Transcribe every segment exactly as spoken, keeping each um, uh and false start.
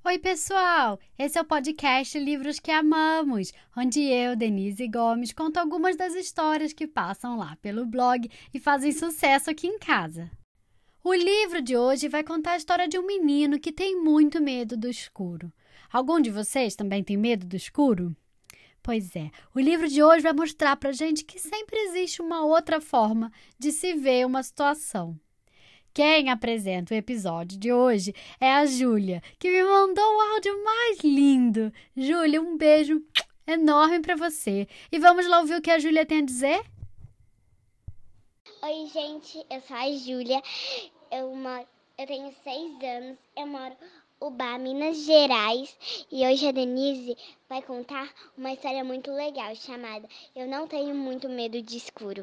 Oi, pessoal! Esse é o podcast Livros que Amamos, onde eu, Denise Gomes, conto algumas das histórias que passam lá pelo blog e fazem sucesso aqui em casa. O livro de hoje vai contar a história de um menino que tem muito medo do escuro. Algum de vocês também tem medo do escuro? Pois é, o livro de hoje vai mostrar pra gente que sempre existe uma outra forma de se ver uma situação. Quem apresenta o episódio de hoje é a Júlia, que me mandou o áudio mais lindo. Júlia, um beijo enorme para você. E vamos lá ouvir o que a Júlia tem a dizer? Oi, gente, eu sou a Júlia. Eu, moro, eu tenho seis anos, eu moro em Ubá, Minas Gerais. E hoje a Denise vai contar uma história muito legal chamada Eu Não Tenho Muito Medo de Escuro.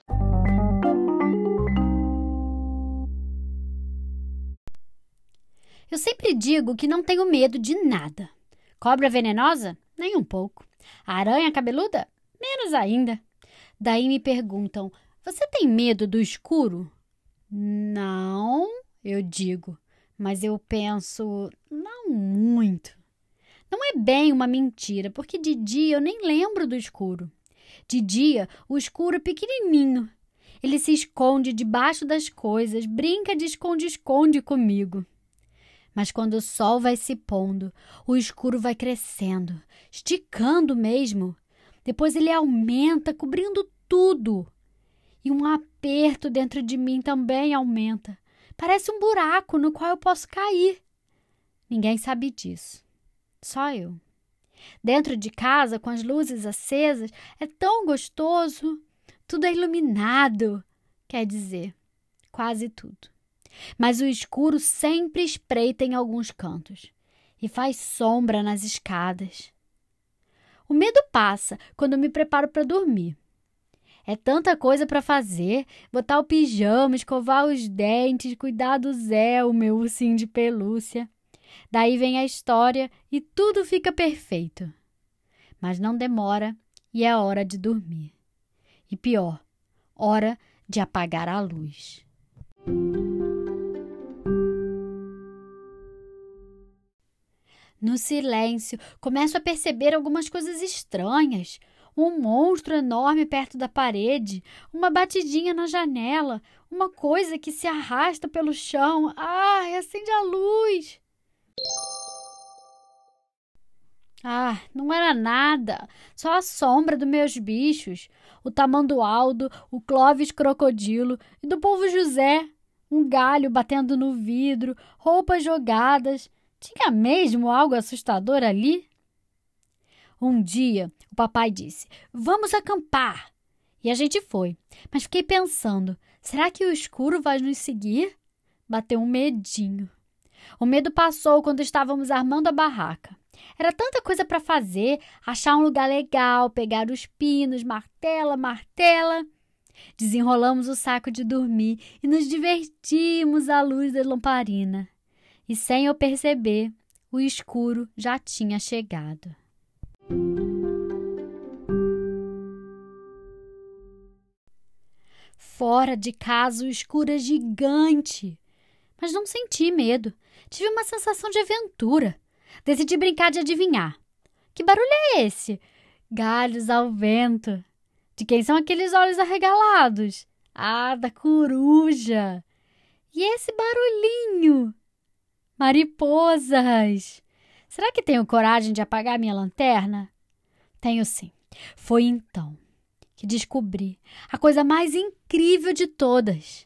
Eu sempre digo que não tenho medo de nada. Cobra venenosa? Nem um pouco. Aranha cabeluda? Menos ainda. Daí me perguntam, você tem medo do escuro? Não, eu digo, mas eu penso, não muito. Não é bem uma mentira, porque de dia eu nem lembro do escuro. De dia, o escuro é pequenininho. Ele se esconde debaixo das coisas, brinca de esconde-esconde comigo. Mas quando o sol vai se pondo, o escuro vai crescendo, esticando mesmo. Depois ele aumenta, cobrindo tudo. E um aperto dentro de mim também aumenta. Parece um buraco no qual eu posso cair. Ninguém sabe disso. Só eu. Dentro de casa, com as luzes acesas, é tão gostoso. Tudo é iluminado. Quer dizer, quase tudo. Mas o escuro sempre espreita em alguns cantos e faz sombra nas escadas. O medo passa quando eu me preparo para dormir. É tanta coisa para fazer, botar o pijama, escovar os dentes, cuidar do Zé, o meu ursinho de pelúcia. Daí vem a história e tudo fica perfeito. Mas não demora e é hora de dormir. E pior, hora de apagar a luz. No silêncio, começo a perceber algumas coisas estranhas. Um monstro enorme perto da parede, uma batidinha na janela, uma coisa que se arrasta pelo chão. Ai, acende a luz! Ah, não era nada, só a sombra dos meus bichos, o tamandualdo, o Clóvis crocodilo e do povo José. Um galho batendo no vidro, roupas jogadas. Tinha mesmo algo assustador ali? Um dia, o papai disse, vamos acampar. E a gente foi, mas fiquei pensando, será que o escuro vai nos seguir? Bateu um medinho. O medo passou quando estávamos armando a barraca. Era tanta coisa para fazer, achar um lugar legal, pegar os pinos, martela, martela. Desenrolamos o saco de dormir e nos divertimos à luz da lamparina. E sem eu perceber, o escuro já tinha chegado. Fora de casa, o escuro é gigante. Mas não senti medo. Tive uma sensação de aventura. Decidi brincar de adivinhar. Que barulho é esse? Galhos ao vento. De quem são aqueles olhos arregalados? Ah, da coruja. E esse barulhinho? Mariposas! Será que tenho coragem de apagar minha lanterna? Tenho sim. Foi então que descobri a coisa mais incrível de todas.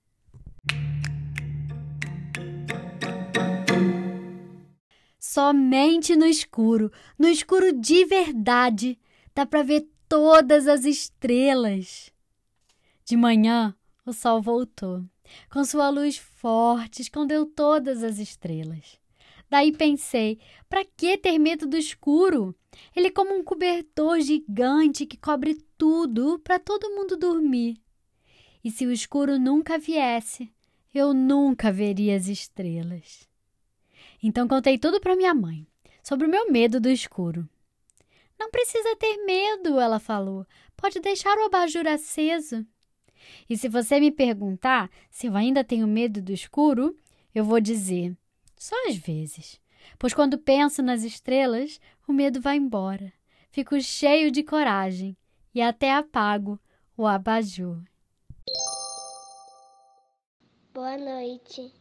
Somente no escuro, no escuro de verdade, dá para ver todas as estrelas. De manhã, o sol voltou. Com sua luz forte, escondeu todas as estrelas. Daí pensei, para que ter medo do escuro? Ele é como um cobertor gigante que cobre tudo para todo mundo dormir. E se o escuro nunca viesse, eu nunca veria as estrelas. Então contei tudo para minha mãe, sobre o meu medo do escuro. Não precisa ter medo, ela falou. Pode deixar o abajur aceso. E se você me perguntar se eu ainda tenho medo do escuro, eu vou dizer, só às vezes. Pois quando penso nas estrelas, o medo vai embora. Fico cheio de coragem e até apago o abajur. Boa noite.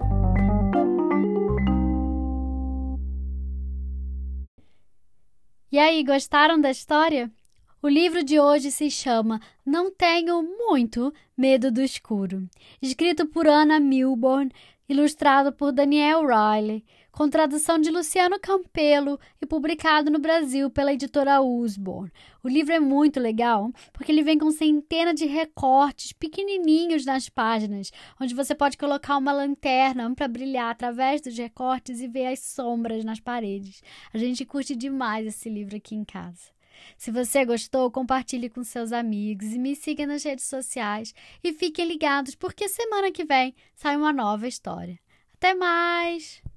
E aí, gostaram da história? O livro de hoje se chama Não Tenho Muito Medo do Escuro, escrito por Anna Milbourne, ilustrado por Daniel Riley, com tradução de Luciano Campelo e publicado no Brasil pela editora Usborne. O livro é muito legal porque ele vem com centenas de recortes pequenininhos nas páginas, onde você pode colocar uma lanterna para brilhar através dos recortes e ver as sombras nas paredes. A gente curte demais esse livro aqui em casa. Se você gostou, compartilhe com seus amigos e me siga nas redes sociais e fiquem ligados porque semana que vem sai uma nova história. Até mais!